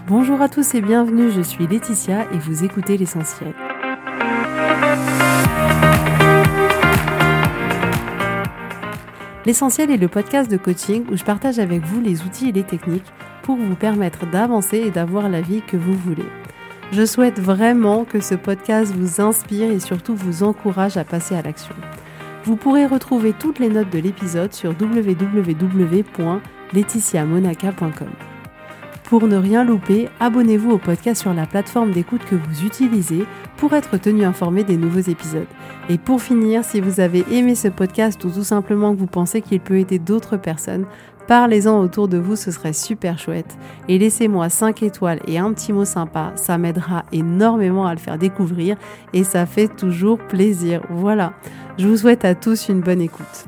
Bonjour à tous et bienvenue, je suis Laetitia et vous écoutez l'Essentiel. L'Essentiel est le podcast de coaching où je partage avec vous les outils et les techniques pour vous permettre d'avancer et d'avoir la vie que vous voulez. Je souhaite vraiment que ce podcast vous inspire et surtout vous encourage à passer à l'action. Vous pourrez retrouver toutes les notes de l'épisode sur www.laetitiamonaca.com. Pour ne rien louper, abonnez-vous au podcast sur la plateforme d'écoute que vous utilisez pour être tenu informé des nouveaux épisodes. Et pour finir, si vous avez aimé ce podcast ou tout simplement que vous pensez qu'il peut aider d'autres personnes, parlez-en autour de vous, ce serait super chouette. Et laissez-moi 5 étoiles et un petit mot sympa, ça m'aidera énormément à le faire découvrir et ça fait toujours plaisir. Voilà, je vous souhaite à tous une bonne écoute.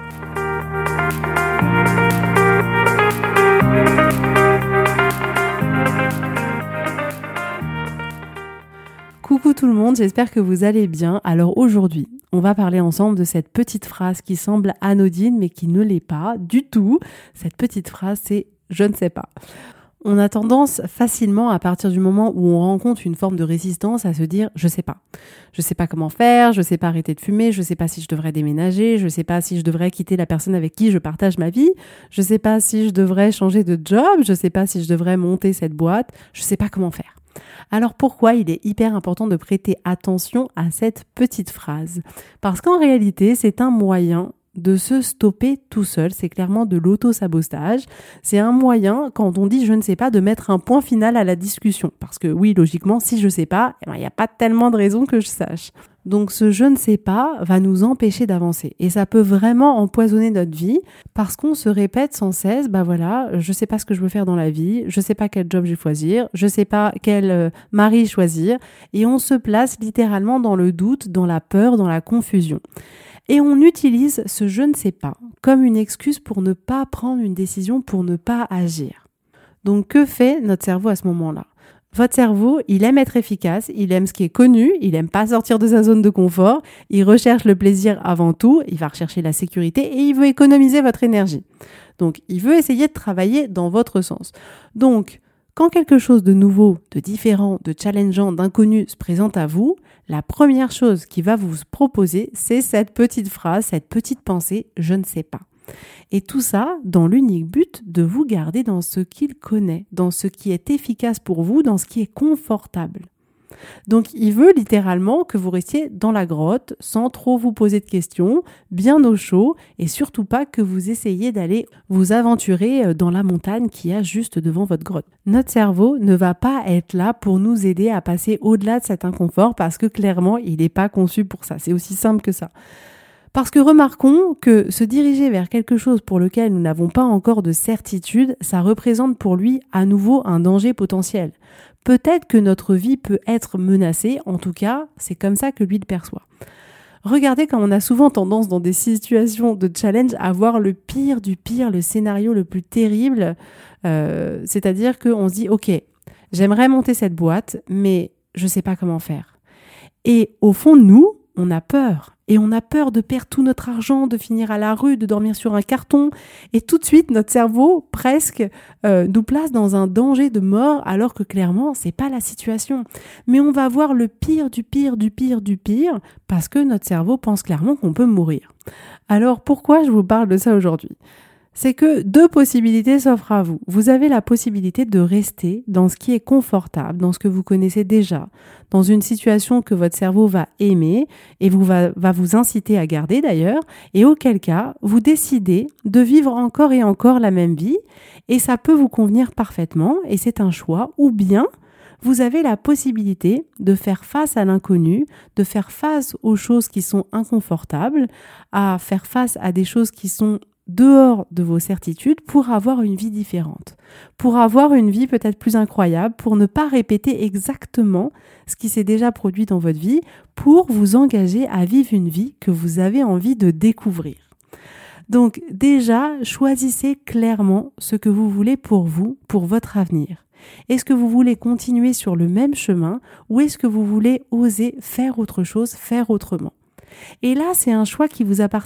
Coucou tout le monde, j'espère que vous allez bien. Alors aujourd'hui, on va parler ensemble de cette petite phrase qui semble anodine mais qui ne l'est pas du tout. Cette petite phrase, c'est « je ne sais pas ». On a tendance facilement, à partir du moment où on rencontre une forme de résistance, à se dire « je sais pas ». Je sais pas comment faire, je sais pas arrêter de fumer, je sais pas si je devrais déménager, je sais pas si je devrais quitter la personne avec qui je partage ma vie, je sais pas si je devrais changer de job, je sais pas si je devrais monter cette boîte, je sais pas comment faire. Alors pourquoi il est hyper important de prêter attention à cette petite phrase ? Parce qu'en réalité, c'est un moyen de se stopper tout seul, c'est clairement de l'auto-sabotage. C'est un moyen, quand on dit « je ne sais pas », de mettre un point final à la discussion. Parce que oui, logiquement, si je ne sais pas, il n'y a pas tellement de raisons que je sache. Donc ce « je ne sais pas » va nous empêcher d'avancer. Et ça peut vraiment empoisonner notre vie parce qu'on se répète sans cesse « je ne sais pas ce que je veux faire dans la vie, je ne sais pas quel job je vais choisir, je ne sais pas quel mari choisir ». Et on se place littéralement dans le doute, dans la peur, dans la confusion. Et on utilise ce « je ne sais pas » comme une excuse pour ne pas prendre une décision, pour ne pas agir. Donc que fait notre cerveau à ce moment-là ? Votre cerveau, il aime être efficace, il aime ce qui est connu, il aime pas sortir de sa zone de confort, il recherche le plaisir avant tout, il va rechercher la sécurité et il veut économiser votre énergie. Donc il veut essayer de travailler dans votre sens. Donc quand quelque chose de nouveau, de différent, de challengeant, d'inconnu se présente à vous, la première chose qu'il va vous proposer, c'est cette petite phrase, cette petite pensée « je ne sais pas ». Et tout ça dans l'unique but de vous garder dans ce qu'il connaît, dans ce qui est efficace pour vous, dans ce qui est confortable. Donc il veut littéralement que vous restiez dans la grotte sans trop vous poser de questions, bien au chaud et surtout pas que vous essayiez d'aller vous aventurer dans la montagne qu'il y a juste devant votre grotte. Notre cerveau ne va pas être là pour nous aider à passer au-delà de cet inconfort parce que clairement il n'est pas conçu pour ça, c'est aussi simple que ça. Parce que remarquons que se diriger vers quelque chose pour lequel nous n'avons pas encore de certitude, ça représente pour lui à nouveau un danger potentiel. Peut-être que notre vie peut être menacée, en tout cas, c'est comme ça que lui le perçoit. Regardez comme on a souvent tendance dans des situations de challenge à voir le pire du pire, le scénario le plus terrible, c'est-à-dire qu'on se dit « ok, j'aimerais monter cette boîte, mais je ne sais pas comment faire ». Et au fond de nous, on a peur. Et on a peur de perdre tout notre argent, de finir à la rue, de dormir sur un carton. Et tout de suite, notre cerveau, presque, nous place dans un danger de mort, alors que clairement, c'est pas la situation. Mais on va voir le pire du pire du pire du pire, parce que notre cerveau pense clairement qu'on peut mourir. Alors, pourquoi je vous parle de ça aujourd'hui ? C'est que 2 possibilités s'offrent à vous. Vous avez la possibilité de rester dans ce qui est confortable, dans ce que vous connaissez déjà, dans une situation que votre cerveau va aimer et va vous inciter à garder d'ailleurs, et auquel cas, vous décidez de vivre encore et encore la même vie, et ça peut vous convenir parfaitement, et c'est un choix, ou bien vous avez la possibilité de faire face à l'inconnu, de faire face aux choses qui sont inconfortables, à faire face à des choses qui sont dehors de vos certitudes pour avoir une vie différente, pour avoir une vie peut-être plus incroyable, pour ne pas répéter exactement ce qui s'est déjà produit dans votre vie, pour vous engager à vivre une vie que vous avez envie de découvrir. Donc déjà, choisissez clairement ce que vous voulez pour vous, pour votre avenir. Est-ce que vous voulez continuer sur le même chemin ou est-ce que vous voulez oser faire autre chose, faire autrement ? Et là, c'est un choix qui vous appartient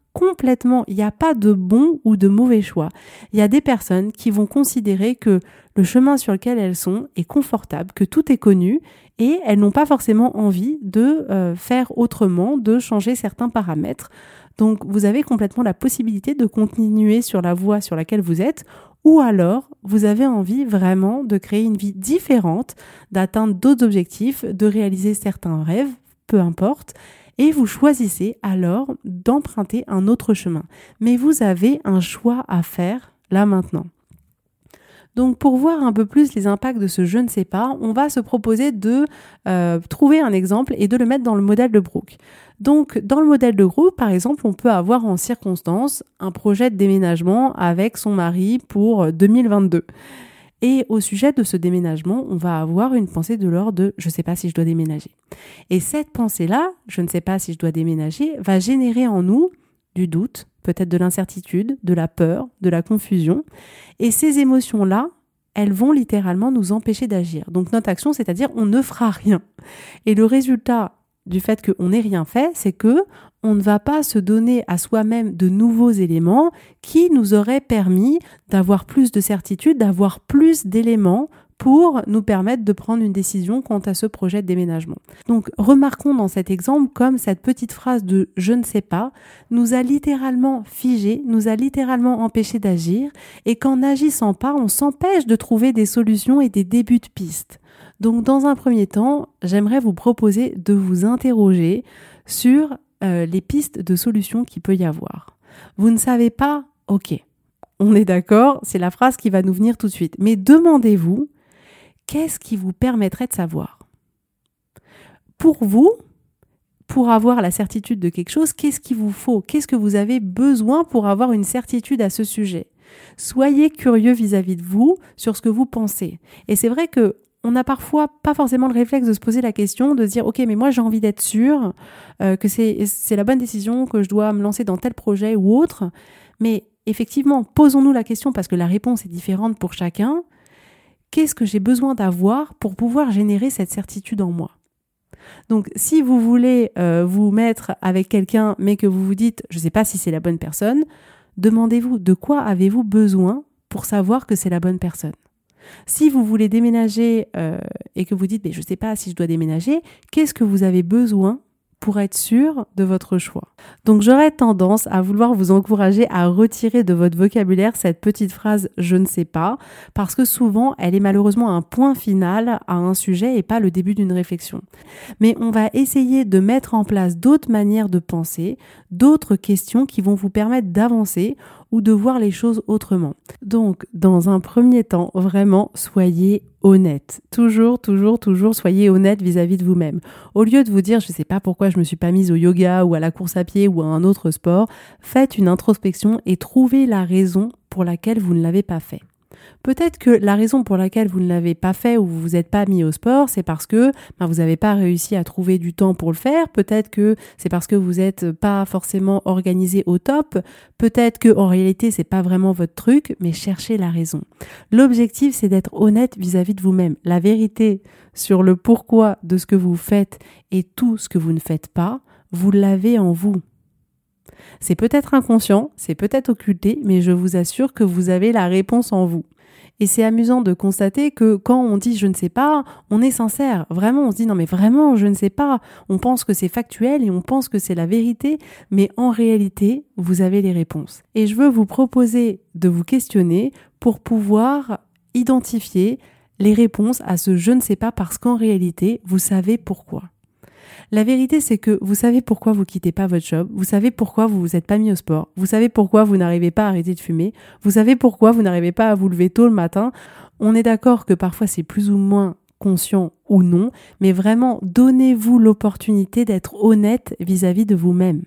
complètement, il n'y a pas de bon ou de mauvais choix. Il y a des personnes qui vont considérer que le chemin sur lequel elles sont est confortable, que tout est connu et elles n'ont pas forcément envie de faire autrement, de changer certains paramètres. Donc vous avez complètement la possibilité de continuer sur la voie sur laquelle vous êtes, ou alors vous avez envie vraiment de créer une vie différente, d'atteindre d'autres objectifs, de réaliser certains rêves, peu importe. Et vous choisissez alors d'emprunter un autre chemin. Mais vous avez un choix à faire là maintenant. Donc pour voir un peu plus les impacts de ce je ne sais pas, on va se proposer de trouver un exemple et de le mettre dans le modèle de Brooke. Donc dans le modèle de groupe, par exemple, on peut avoir en circonstance un projet de déménagement avec son mari pour 2022. Et au sujet de ce déménagement, on va avoir une pensée de l'ordre de « je ne sais pas si je dois déménager ». Et cette pensée-là, « je ne sais pas si je dois déménager », va générer en nous du doute, peut-être de l'incertitude, de la peur, de la confusion. Et ces émotions-là, elles vont littéralement nous empêcher d'agir. Donc notre action, c'est-à-dire on ne fera rien. Et le résultat du fait qu'on n'ait rien fait, c'est que on ne va pas se donner à soi-même de nouveaux éléments qui nous auraient permis d'avoir plus de certitude, d'avoir plus d'éléments pour nous permettre de prendre une décision quant à ce projet de déménagement. Donc remarquons dans cet exemple comme cette petite phrase de « je ne sais pas » nous a littéralement figé, nous a littéralement empêché d'agir et qu'en n'agissant pas, on s'empêche de trouver des solutions et des débuts de pistes. Donc dans un premier temps, j'aimerais vous proposer de vous interroger sur les pistes de solutions qu'il peut y avoir. Vous ne savez pas, ok, on est d'accord, c'est la phrase qui va nous venir tout de suite. Mais demandez-vous, qu'est-ce qui vous permettrait de savoir ? Pour vous, pour avoir la certitude de quelque chose, qu'est-ce qu'il vous faut ? Qu'est-ce que vous avez besoin pour avoir une certitude à ce sujet ? Soyez curieux vis-à-vis de vous sur ce que vous pensez. Et c'est vrai que on n'a parfois pas forcément le réflexe de se poser la question, de se dire « Ok, mais moi j'ai envie d'être sûre que c'est la bonne décision, que je dois me lancer dans tel projet ou autre. » Mais effectivement, posons-nous la question parce que la réponse est différente pour chacun. Qu'est-ce que j'ai besoin d'avoir pour pouvoir générer cette certitude en moi ? Donc, si vous voulez vous mettre avec quelqu'un, mais que vous vous dites « Je ne sais pas si c'est la bonne personne », demandez-vous de quoi avez-vous besoin pour savoir que c'est la bonne personne ? Si vous voulez déménager et que vous dites « je ne sais pas si je dois déménager », qu'est-ce que vous avez besoin pour être sûr de votre choix ? Donc j'aurais tendance à vouloir vous encourager à retirer de votre vocabulaire cette petite phrase « je ne sais pas » parce que souvent elle est malheureusement un point final à un sujet et pas le début d'une réflexion. Mais on va essayer de mettre en place d'autres manières de penser, d'autres questions qui vont vous permettre d'avancer ou de voir les choses autrement. Donc, dans un premier temps, vraiment, soyez honnête. Toujours, soyez honnête vis-à-vis de vous-même. Au lieu de vous dire, je ne sais pas pourquoi je me suis pas mise au yoga ou à la course à pied ou à un autre sport, faites une introspection et trouvez la raison pour laquelle vous ne l'avez pas fait. Peut-être que la raison pour laquelle vous ne l'avez pas fait ou vous vous êtes pas mis au sport, c'est parce que vous n'avez pas réussi à trouver du temps pour le faire. Peut-être que c'est parce que vous n'êtes pas forcément organisé au top. Peut-être que en réalité, c'est pas vraiment votre truc, mais cherchez la raison. L'objectif, c'est d'être honnête vis-à-vis de vous-même. La vérité sur le pourquoi de ce que vous faites et tout ce que vous ne faites pas, vous l'avez en vous. C'est peut-être inconscient, c'est peut-être occulté, mais je vous assure que vous avez la réponse en vous. Et c'est amusant de constater que quand on dit « je ne sais pas », on est sincère. Vraiment, on se dit « non mais vraiment, je ne sais pas ». On pense que c'est factuel et on pense que c'est la vérité, mais en réalité, vous avez les réponses. Et je veux vous proposer de vous questionner pour pouvoir identifier les réponses à ce « je ne sais pas » parce qu'en réalité, vous savez pourquoi. La vérité, c'est que vous savez pourquoi vous quittez pas votre job, vous savez pourquoi vous vous êtes pas mis au sport, vous savez pourquoi vous n'arrivez pas à arrêter de fumer, vous savez pourquoi vous n'arrivez pas à vous lever tôt le matin. On est d'accord que parfois c'est plus ou moins conscient ou non, mais vraiment donnez-vous l'opportunité d'être honnête vis-à-vis de vous-même.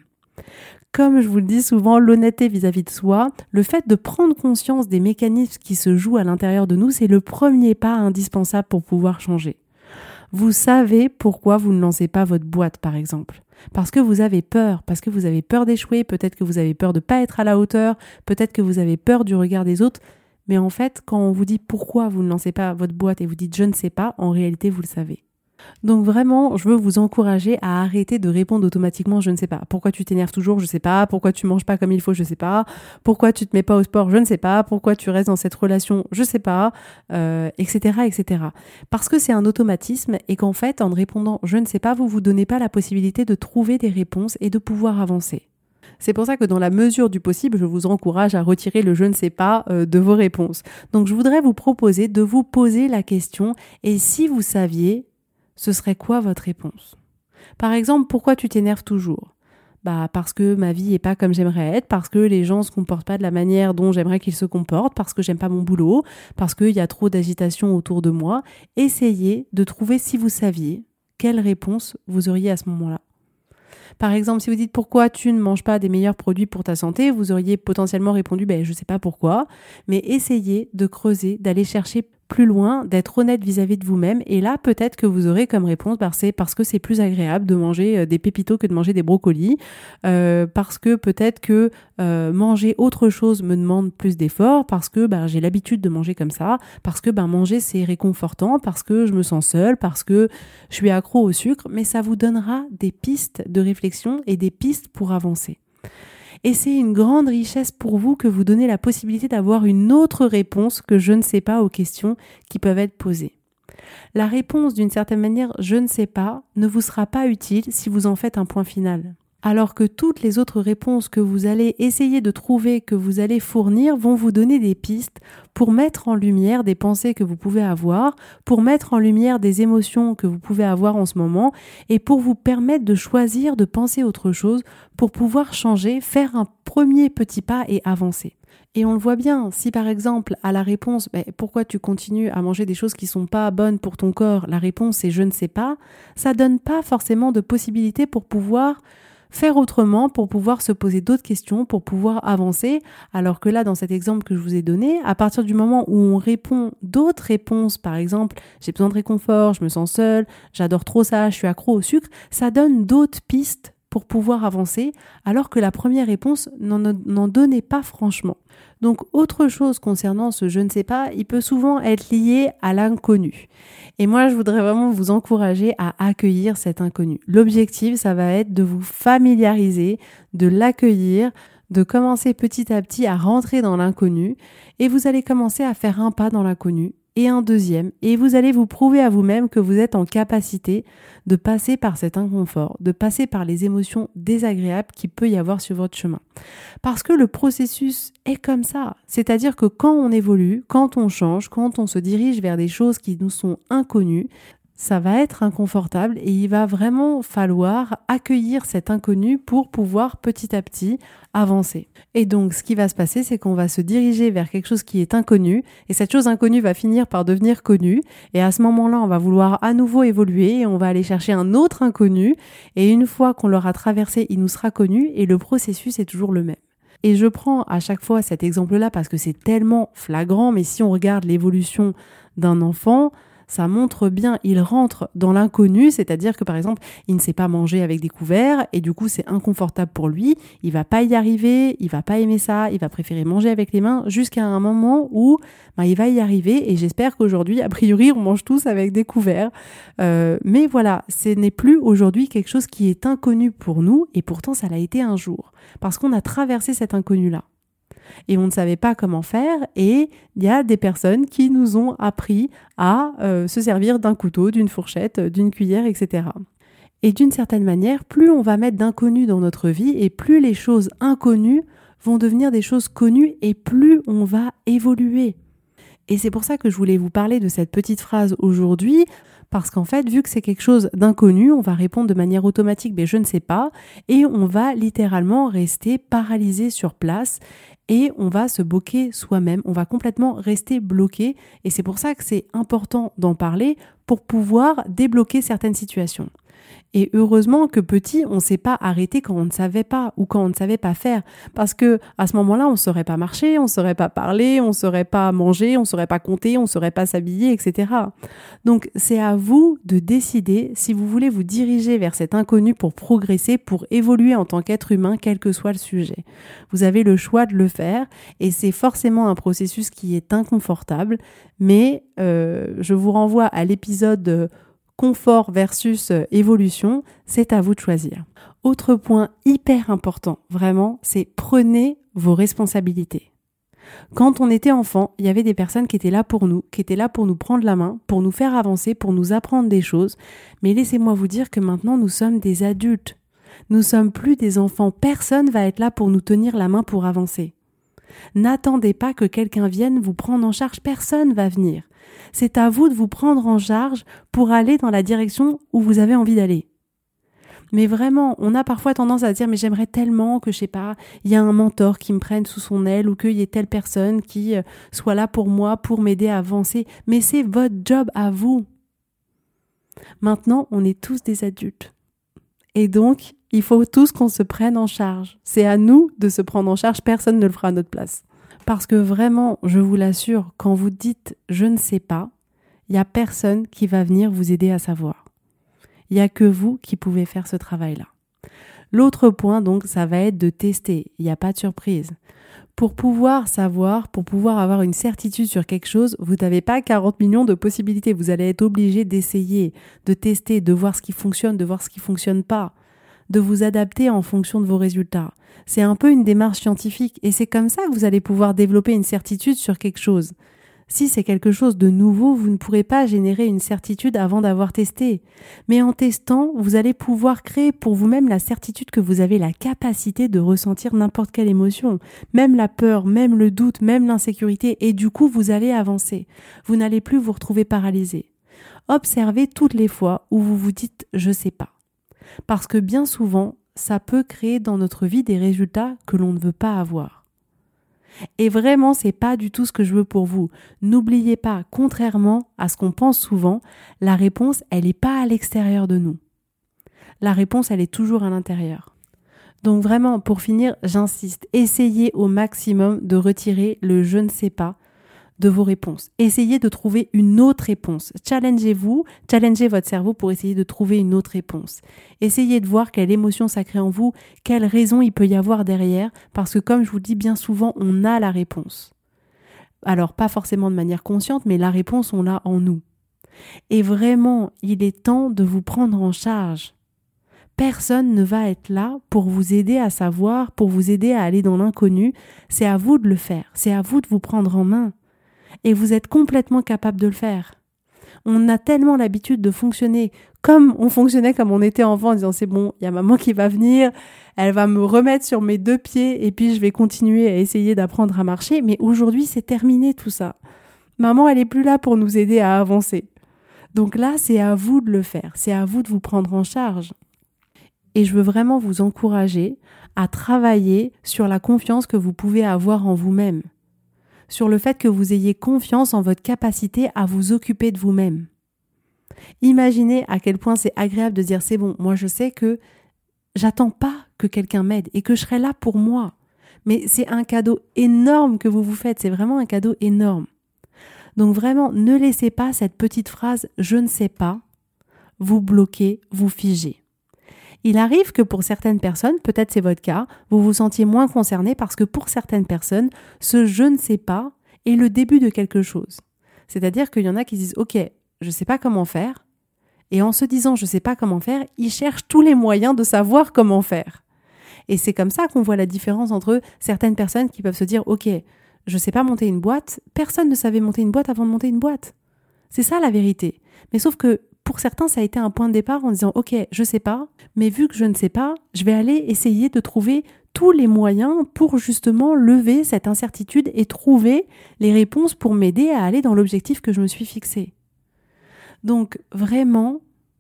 Comme je vous le dis souvent, l'honnêteté vis-à-vis de soi, le fait de prendre conscience des mécanismes qui se jouent à l'intérieur de nous, c'est le premier pas indispensable pour pouvoir changer. Vous savez pourquoi vous ne lancez pas votre boîte, par exemple. Parce que vous avez peur d'échouer, peut-être que vous avez peur de ne pas être à la hauteur, peut-être que vous avez peur du regard des autres. Mais en fait, quand on vous dit pourquoi vous ne lancez pas votre boîte et vous dites je ne sais pas, en réalité, vous le savez. Donc vraiment, je veux vous encourager à arrêter de répondre automatiquement je ne sais pas. Pourquoi tu t'énerves toujours? Je sais pas. Pourquoi tu manges pas comme il faut? Je sais pas. Pourquoi tu te mets pas au sport? Je ne sais pas. Pourquoi tu restes dans cette relation? Je sais pas, etc., etc. Parce que c'est un automatisme et qu'en fait, en répondant je ne sais pas, vous vous donnez pas la possibilité de trouver des réponses et de pouvoir avancer. C'est pour ça que dans la mesure du possible, je vous encourage à retirer le je ne sais pas de vos réponses. Donc je voudrais vous proposer de vous poser la question et si vous saviez, ce serait quoi votre réponse? Par exemple, pourquoi tu t'énerves toujours? Parce que ma vie est pas comme j'aimerais être, parce que les gens se comportent pas de la manière dont j'aimerais qu'ils se comportent, parce que j'aime pas mon boulot, parce qu'il y a trop d'agitation autour de moi. Essayez de trouver, si vous saviez, quelle réponse vous auriez à ce moment-là. Par exemple, si vous dites pourquoi tu ne manges pas des meilleurs produits pour ta santé, vous auriez potentiellement répondu je sais pas pourquoi, mais essayez de creuser, d'aller chercher plus loin, d'être honnête vis-à-vis de vous-même et là peut-être que vous aurez comme réponse c'est parce que c'est plus agréable de manger des pépitos que de manger des brocolis, parce que peut-être que manger autre chose me demande plus d'efforts, parce que j'ai l'habitude de manger comme ça, parce que manger c'est réconfortant, parce que je me sens seule, parce que je suis accro au sucre, mais ça vous donnera des pistes de réflexion et des pistes pour avancer. Et c'est une grande richesse pour vous que vous donnez la possibilité d'avoir une autre réponse que je ne sais pas aux questions qui peuvent être posées. La réponse, d'une certaine manière, je ne sais pas, ne vous sera pas utile si vous en faites un point final. Alors que toutes les autres réponses que vous allez essayer de trouver, que vous allez fournir, vont vous donner des pistes pour mettre en lumière des pensées que vous pouvez avoir, pour mettre en lumière des émotions que vous pouvez avoir en ce moment et pour vous permettre de choisir de penser autre chose pour pouvoir changer, faire un premier petit pas et avancer. Et on le voit bien, si par exemple à la réponse pourquoi tu continues à manger des choses qui sont pas bonnes pour ton corps, la réponse est je ne sais pas, ça donne pas forcément de possibilité pour pouvoir faire autrement, pour pouvoir se poser d'autres questions, pour pouvoir avancer, alors que là, dans cet exemple que je vous ai donné, à partir du moment où on répond d'autres réponses, par exemple, j'ai besoin de réconfort, je me sens seule, j'adore trop ça, je suis accro au sucre, ça donne d'autres pistes pour pouvoir avancer, alors que la première réponse n'en donnait pas franchement. Donc, autre chose concernant ce je ne sais pas, il peut souvent être lié à l'inconnu. Et moi, je voudrais vraiment vous encourager à accueillir cet inconnu. L'objectif, ça va être de vous familiariser, de l'accueillir, de commencer petit à petit à rentrer dans l'inconnu et vous allez commencer à faire un pas dans l'inconnu et un deuxième et vous allez vous prouver à vous-même que vous êtes en capacité de passer par cet inconfort, de passer par les émotions désagréables qu'il peut y avoir sur votre chemin. Parce que le processus est comme ça. C'est-à-dire que quand on évolue, quand on change, quand on se dirige vers des choses qui nous sont inconnues, ça va être inconfortable et il va vraiment falloir accueillir cet inconnu pour pouvoir petit à petit avancer. Et donc, ce qui va se passer, c'est qu'on va se diriger vers quelque chose qui est inconnu et cette chose inconnue va finir par devenir connue et à ce moment-là, on va vouloir à nouveau évoluer et on va aller chercher un autre inconnu et une fois qu'on l'aura traversé, il nous sera connu et le processus est toujours le même. Et je prends à chaque fois cet exemple-là parce que c'est tellement flagrant, mais si on regarde l'évolution d'un enfant, ça montre bien, il rentre dans l'inconnu, c'est-à-dire que par exemple, il ne sait pas manger avec des couverts et du coup c'est inconfortable pour lui, il va pas y arriver, il va pas aimer ça, il va préférer manger avec les mains jusqu'à un moment où il va y arriver et j'espère qu'aujourd'hui, a priori, on mange tous avec des couverts. Mais voilà, ce n'est plus aujourd'hui quelque chose qui est inconnu pour nous et pourtant ça l'a été un jour parce qu'on a traversé cet inconnu-là. Et on ne savait pas comment faire et il y a des personnes qui nous ont appris à se servir d'un couteau, d'une fourchette, d'une cuillère, etc. Et d'une certaine manière, plus on va mettre d'inconnus dans notre vie et plus les choses inconnues vont devenir des choses connues et plus on va évoluer. Et c'est pour ça que je voulais vous parler de cette petite phrase aujourd'hui, parce qu'en fait, vu que c'est quelque chose d'inconnu, on va répondre de manière automatique, je ne sais pas, et on va littéralement rester paralysé sur place et on va se bloquer soi-même, on va complètement rester bloqué et c'est pour ça que c'est important d'en parler pour pouvoir débloquer certaines situations. Et heureusement que petit, on ne s'est pas arrêté quand on ne savait pas ou quand on ne savait pas faire. Parce que à ce moment-là, on ne saurait pas marcher, on ne saurait pas parler, on ne saurait pas manger, on ne saurait pas compter, on ne saurait pas s'habiller, etc. Donc, c'est à vous de décider si vous voulez vous diriger vers cet inconnu pour progresser, pour évoluer en tant qu'être humain, quel que soit le sujet. Vous avez le choix de le faire et c'est forcément un processus qui est inconfortable. Mais je vous renvoie à l'épisode confort versus évolution, c'est à vous de choisir. Autre point hyper important, vraiment, c'est prenez vos responsabilités. Quand on était enfant, il y avait des personnes qui étaient là pour nous prendre la main, pour nous faire avancer, pour nous apprendre des choses. Mais laissez-moi vous dire que maintenant, nous sommes des adultes. Nous sommes plus des enfants. Personne va être là pour nous tenir la main pour avancer. N'attendez pas que quelqu'un vienne vous prendre en charge. Personne va venir. C'est à vous de vous prendre en charge pour aller dans la direction où vous avez envie d'aller. Mais vraiment, on a parfois tendance à dire « mais j'aimerais tellement que, je sais pas, il y a un mentor qui me prenne sous son aile ou qu'il y ait telle personne qui soit là pour moi, pour m'aider à avancer. » Mais c'est votre job à vous. Maintenant, on est tous des adultes. Et donc, il faut tous qu'on se prenne en charge. C'est à nous de se prendre en charge, personne ne le fera à notre place. Parce que vraiment, je vous l'assure, quand vous dites « je ne sais pas », il n'y a personne qui va venir vous aider à savoir. Il n'y a que vous qui pouvez faire ce travail-là. L'autre point, donc, ça va être de tester. Il n'y a pas de surprise. Pour pouvoir savoir, pour pouvoir avoir une certitude sur quelque chose, vous n'avez pas 40 millions de possibilités. Vous allez être obligé d'essayer, de tester, de voir ce qui fonctionne, de voir ce qui ne fonctionne pas, de vous adapter en fonction de vos résultats. C'est un peu une démarche scientifique et c'est comme ça que vous allez pouvoir développer une certitude sur quelque chose. Si c'est quelque chose de nouveau, vous ne pourrez pas générer une certitude avant d'avoir testé. Mais en testant, vous allez pouvoir créer pour vous-même la certitude que vous avez la capacité de ressentir n'importe quelle émotion, même la peur, même le doute, même l'insécurité, et du coup, vous allez avancer. Vous n'allez plus vous retrouver paralysé. Observez toutes les fois où vous vous dites « je sais pas ». Parce que bien souvent, ça peut créer dans notre vie des résultats que l'on ne veut pas avoir. Et vraiment, c'est pas du tout ce que je veux pour vous. N'oubliez pas, contrairement à ce qu'on pense souvent, la réponse, elle n'est pas à l'extérieur de nous. La réponse, elle est toujours à l'intérieur. Donc vraiment, pour finir, j'insiste, essayez au maximum de retirer le « je ne sais pas » de vos réponses. Essayez de trouver une autre réponse. Challengez-vous, challengez votre cerveau pour essayer de trouver une autre réponse. Essayez de voir quelle émotion ça crée en vous, quelle raison il peut y avoir derrière, parce que comme je vous le dis bien souvent, on a la réponse. Alors pas forcément de manière consciente, mais la réponse, on l'a en nous. Et vraiment, il est temps de vous prendre en charge. Personne ne va être là pour vous aider à savoir, pour vous aider à aller dans l'inconnu. C'est à vous de le faire, c'est à vous de vous prendre en main. Et vous êtes complètement capable de le faire. On a tellement l'habitude de fonctionner comme on fonctionnait quand on était enfant en disant c'est bon, il y a maman qui va venir, elle va me remettre sur mes 2 pieds et puis je vais continuer à essayer d'apprendre à marcher. Mais aujourd'hui, c'est terminé tout ça. Maman, elle est plus là pour nous aider à avancer. Donc là, c'est à vous de le faire. C'est à vous de vous prendre en charge. Et je veux vraiment vous encourager à travailler sur la confiance que vous pouvez avoir en vous-même. Sur le fait que vous ayez confiance en votre capacité à vous occuper de vous-même. Imaginez à quel point c'est agréable de dire c'est bon, moi je sais que j'attends pas que quelqu'un m'aide et que je serai là pour moi. Mais c'est un cadeau énorme que vous vous faites, c'est vraiment un cadeau énorme. Donc vraiment, ne laissez pas cette petite phrase « je ne sais pas » vous bloquer, vous figer. Il arrive que pour certaines personnes, peut-être c'est votre cas, vous vous sentiez moins concerné parce que pour certaines personnes, ce « je ne sais pas » est le début de quelque chose. C'est-à-dire qu'il y en a qui disent « ok, je ne sais pas comment faire » et en se disant « je ne sais pas comment faire », ils cherchent tous les moyens de savoir comment faire. Et c'est comme ça qu'on voit la différence entre certaines personnes qui peuvent se dire « ok, je ne sais pas monter une boîte », personne ne savait monter une boîte avant de monter une boîte. C'est ça la vérité. Mais sauf que pour certains, ça a été un point de départ en disant « ok, je sais pas, mais vu que je ne sais pas, je vais aller essayer de trouver tous les moyens pour justement lever cette incertitude et trouver les réponses pour m'aider à aller dans l'objectif que je me suis fixé. » Donc vraiment,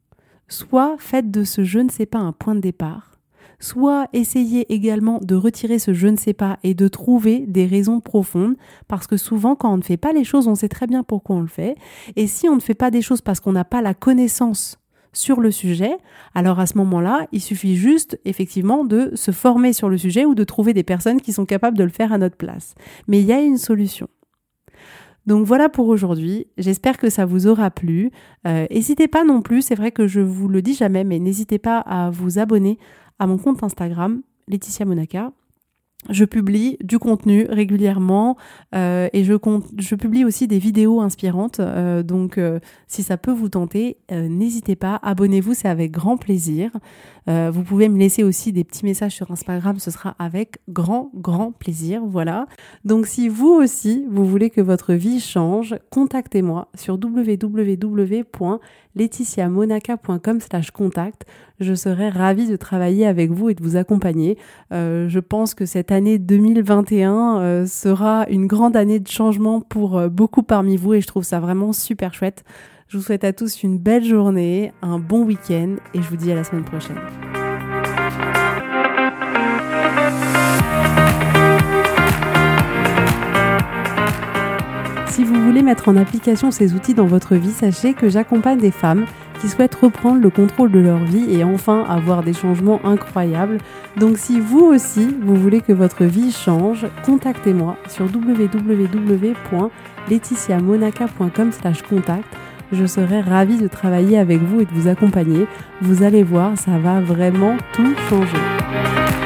soit faites de ce « je ne sais pas » un point de départ, soit essayez également de retirer ce « je ne sais pas » et de trouver des raisons profondes, parce que souvent, quand on ne fait pas les choses, on sait très bien pourquoi on le fait. Et si on ne fait pas des choses parce qu'on n'a pas la connaissance sur le sujet, alors à ce moment-là, il suffit juste, effectivement, de se former sur le sujet ou de trouver des personnes qui sont capables de le faire à notre place. Mais il y a une solution. Donc voilà pour aujourd'hui, j'espère que ça vous aura plu. N'hésitez pas non plus, c'est vrai que je vous le dis jamais, mais n'hésitez pas à vous abonner à mon compte Instagram, Laetitia Monaca. Je publie du contenu régulièrement et je publie aussi des vidéos inspirantes. Donc, si ça peut vous tenter, n'hésitez pas, abonnez-vous, c'est avec grand plaisir. Vous pouvez me laisser aussi des petits messages sur Instagram, ce sera avec grand plaisir. Voilà. Donc, si vous aussi, vous voulez que votre vie change, contactez-moi sur www.laetitiamonaca.com/contact. Je serai ravie de travailler avec vous et de vous accompagner. Je pense que cette année 2021 sera une grande année de changement pour beaucoup parmi vous et je trouve ça vraiment super chouette. Je vous souhaite à tous une belle journée, un bon week-end et je vous dis à la semaine prochaine. Si vous voulez mettre en application ces outils dans votre vie, sachez que j'accompagne des femmes qui souhaitent reprendre le contrôle de leur vie et enfin avoir des changements incroyables. Donc si vous aussi, vous voulez que votre vie change, contactez-moi sur www.laetitiamonaca.com/contact. Je serai ravie de travailler avec vous et de vous accompagner. Vous allez voir, ça va vraiment tout changer.